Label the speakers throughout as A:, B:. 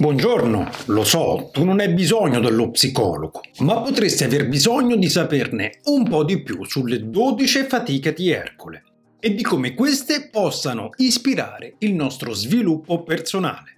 A: Buongiorno, lo so, tu non hai bisogno dello psicologo, ma potresti aver bisogno di saperne un po' di più sulle 12 fatiche di Ercole e di come queste possano ispirare il nostro sviluppo personale.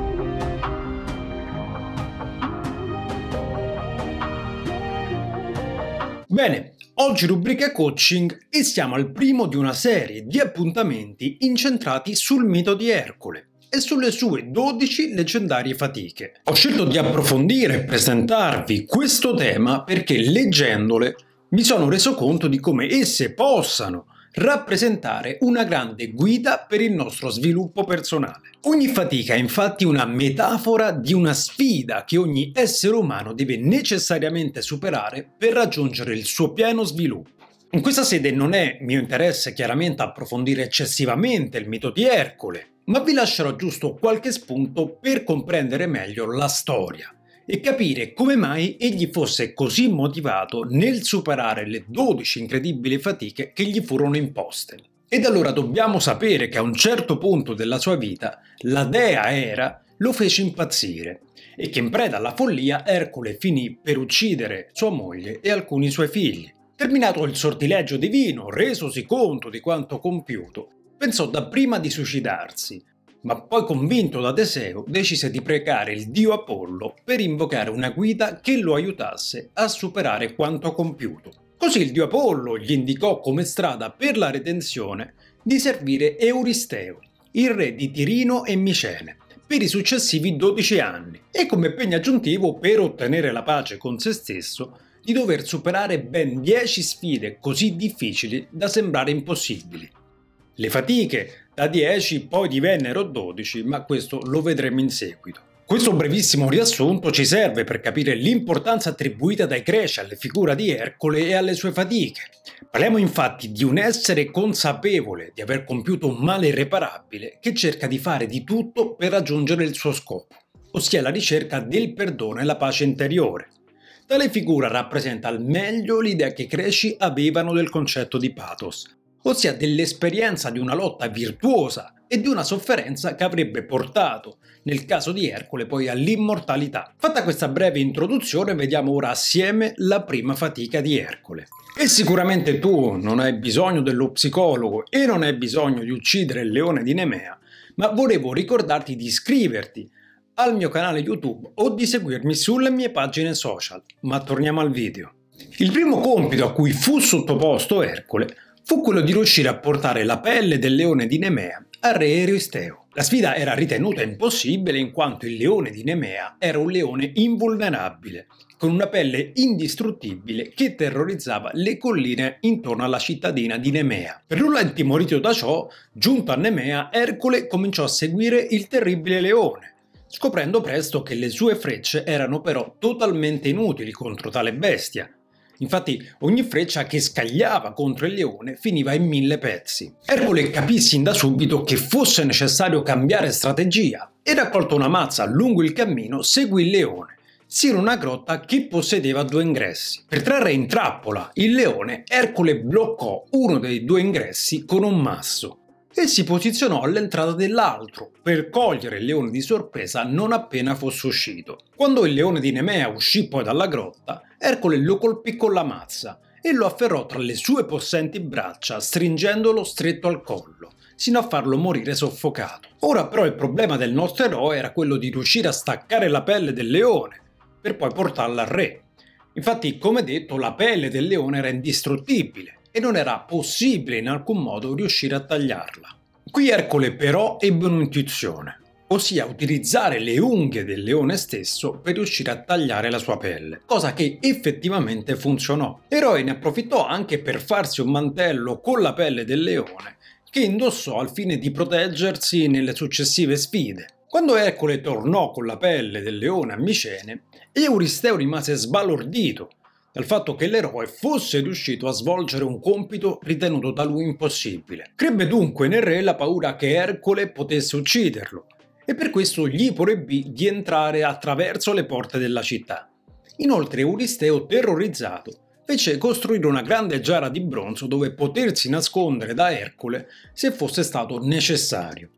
A: Bene, oggi rubrica coaching e siamo al primo di una serie di appuntamenti incentrati sul mito di Ercole e sulle sue 12 leggendarie fatiche. Ho scelto di approfondire e presentarvi questo tema perché leggendole mi sono reso conto di come esse possano rappresentare una grande guida per il nostro sviluppo personale. Ogni fatica è infatti una metafora di una sfida che ogni essere umano deve necessariamente superare per raggiungere il suo pieno sviluppo. In questa sede non è mio interesse chiaramente approfondire eccessivamente il mito di Ercole, ma vi lascerò giusto qualche spunto per comprendere meglio la storia e capire come mai egli fosse così motivato nel superare le 12 incredibili fatiche che gli furono imposte. Ed allora dobbiamo sapere che a un certo punto della sua vita la dea Era lo fece impazzire e che in preda alla follia Ercole finì per uccidere sua moglie e alcuni suoi figli. Terminato il sortileggio divino, resosi conto di quanto compiuto, pensò dapprima di suicidarsi, ma poi convinto da Teseo decise di pregare il dio Apollo per invocare una guida che lo aiutasse a superare quanto compiuto. Così il dio Apollo gli indicò come strada per la redenzione di servire Euristeo, il re di Tirino e Micene, per i successivi 12 anni e come impegno aggiuntivo per ottenere la pace con se stesso di dover superare ben 10 sfide così difficili da sembrare impossibili. Le fatiche da 10 poi divennero 12, ma questo lo vedremo in seguito. Questo brevissimo riassunto ci serve per capire l'importanza attribuita dai greci alla figura di Ercole e alle sue fatiche. Parliamo infatti di un essere consapevole di aver compiuto un male irreparabile che cerca di fare di tutto per raggiungere il suo scopo, ossia la ricerca del perdono e la pace interiore. Tale figura rappresenta al meglio l'idea che i greci avevano del concetto di pathos, ossia dell'esperienza di una lotta virtuosa e di una sofferenza che avrebbe portato, nel caso di Ercole, poi all'immortalità. Fatta questa breve introduzione, vediamo ora assieme la prima fatica di Ercole. E sicuramente tu non hai bisogno dello psicologo e non hai bisogno di uccidere il leone di Nemea, ma volevo ricordarti di iscriverti al mio canale YouTube o di seguirmi sulle mie pagine social. Ma torniamo al video. Il primo compito a cui fu sottoposto Ercole fu quello di riuscire a portare la pelle del leone di Nemea al re Euristeo. La sfida era ritenuta impossibile in quanto il leone di Nemea era un leone invulnerabile, con una pelle indistruttibile che terrorizzava le colline intorno alla cittadina di Nemea. Per nulla intimorito da ciò, giunto a Nemea, Ercole cominciò a seguire il terribile leone, scoprendo presto che le sue frecce erano però totalmente inutili contro tale bestia. Infatti ogni freccia che scagliava contro il leone finiva in 1000 pezzi. Ercole capì sin da subito che fosse necessario cambiare strategia e raccolto una mazza lungo il cammino seguì il leone, sino in una grotta che possedeva 2 ingressi. Per trarre in trappola il leone, Ercole bloccò uno dei 2 ingressi con un masso e si posizionò all'entrata dell'altro per cogliere il leone di sorpresa non appena fosse uscito. Quando il leone di Nemea uscì poi dalla grotta, Ercole lo colpì con la mazza e lo afferrò tra le sue possenti braccia, stringendolo stretto al collo, sino a farlo morire soffocato. Ora però il problema del nostro eroe era quello di riuscire a staccare la pelle del leone, per poi portarla al re. Infatti, come detto, la pelle del leone era indistruttibile e non era possibile in alcun modo riuscire a tagliarla. Qui Ercole però ebbe un'intuizione, ossia utilizzare le unghie del leone stesso per riuscire a tagliare la sua pelle, cosa che effettivamente funzionò. L'eroe ne approfittò anche per farsi un mantello con la pelle del leone che indossò al fine di proteggersi nelle successive sfide. Quando Ercole tornò con la pelle del leone a Micene, Euristeo rimase sbalordito dal fatto che l'eroe fosse riuscito a svolgere un compito ritenuto da lui impossibile. Crebbe dunque nel re la paura che Ercole potesse ucciderlo e per questo gli proibì di entrare attraverso le porte della città. Inoltre Euristeo, terrorizzato, fece costruire una grande giara di bronzo dove potersi nascondere da Ercole se fosse stato necessario.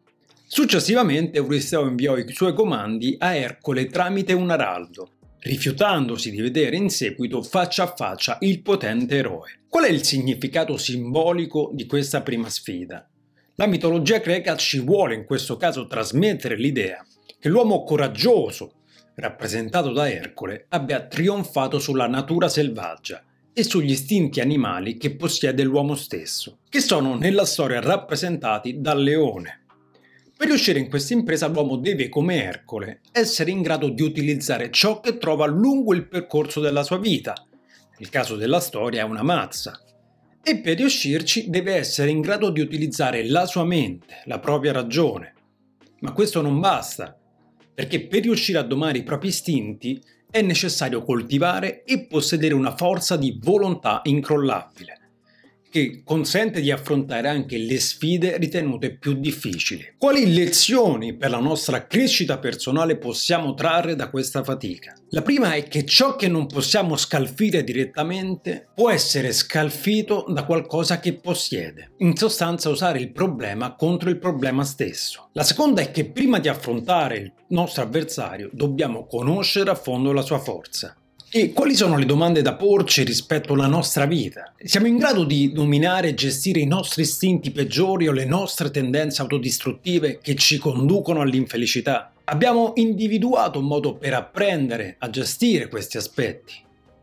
A: Successivamente Euristeo inviò i suoi comandi a Ercole tramite un araldo, rifiutandosi di vedere in seguito faccia a faccia il potente eroe. Qual è il significato simbolico di questa prima sfida? La mitologia greca ci vuole in questo caso trasmettere l'idea che l'uomo coraggioso, rappresentato da Ercole, abbia trionfato sulla natura selvaggia e sugli istinti animali che possiede l'uomo stesso, che sono nella storia rappresentati dal leone. Per riuscire in questa impresa l'uomo deve, come Ercole, essere in grado di utilizzare ciò che trova lungo il percorso della sua vita. Nel caso della storia è una mazza. E per riuscirci deve essere in grado di utilizzare la sua mente, la propria ragione. Ma questo non basta, perché per riuscire a domare i propri istinti è necessario coltivare e possedere una forza di volontà incrollabile, che consente di affrontare anche le sfide ritenute più difficili. Quali lezioni per la nostra crescita personale possiamo trarre da questa fatica? La prima è che ciò che non possiamo scalfire direttamente può essere scalfito da qualcosa che possiede. In sostanza, usare il problema contro il problema stesso. La seconda è che prima di affrontare il nostro avversario dobbiamo conoscere a fondo la sua forza. E quali sono le domande da porci rispetto alla nostra vita? Siamo in grado di dominare e gestire i nostri istinti peggiori o le nostre tendenze autodistruttive che ci conducono all'infelicità? Abbiamo individuato un modo per apprendere a gestire questi aspetti?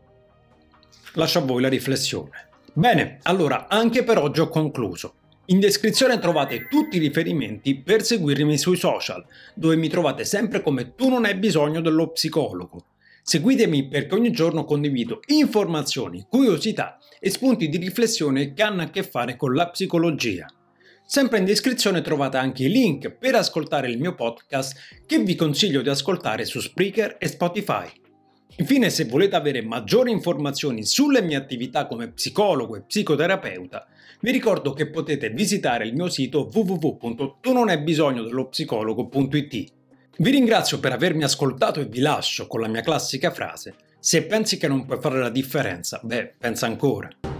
A: Lascio a voi la riflessione. Bene, allora anche per oggi ho concluso. In descrizione trovate tutti i riferimenti per seguirmi sui social, dove mi trovate sempre come Tu non hai bisogno dello psicologo. Seguitemi perché ogni giorno condivido informazioni, curiosità e spunti di riflessione che hanno a che fare con la psicologia. Sempre in descrizione trovate anche i link per ascoltare il mio podcast che vi consiglio di ascoltare su Spreaker e Spotify. Infine, se volete avere maggiori informazioni sulle mie attività come psicologo e psicoterapeuta, vi ricordo che potete visitare il mio sito www.tunonhai-bisogno-dello-psicologo.it. Vi ringrazio per avermi ascoltato e vi lascio con la mia classica frase: se pensi che non puoi fare la differenza, pensa ancora.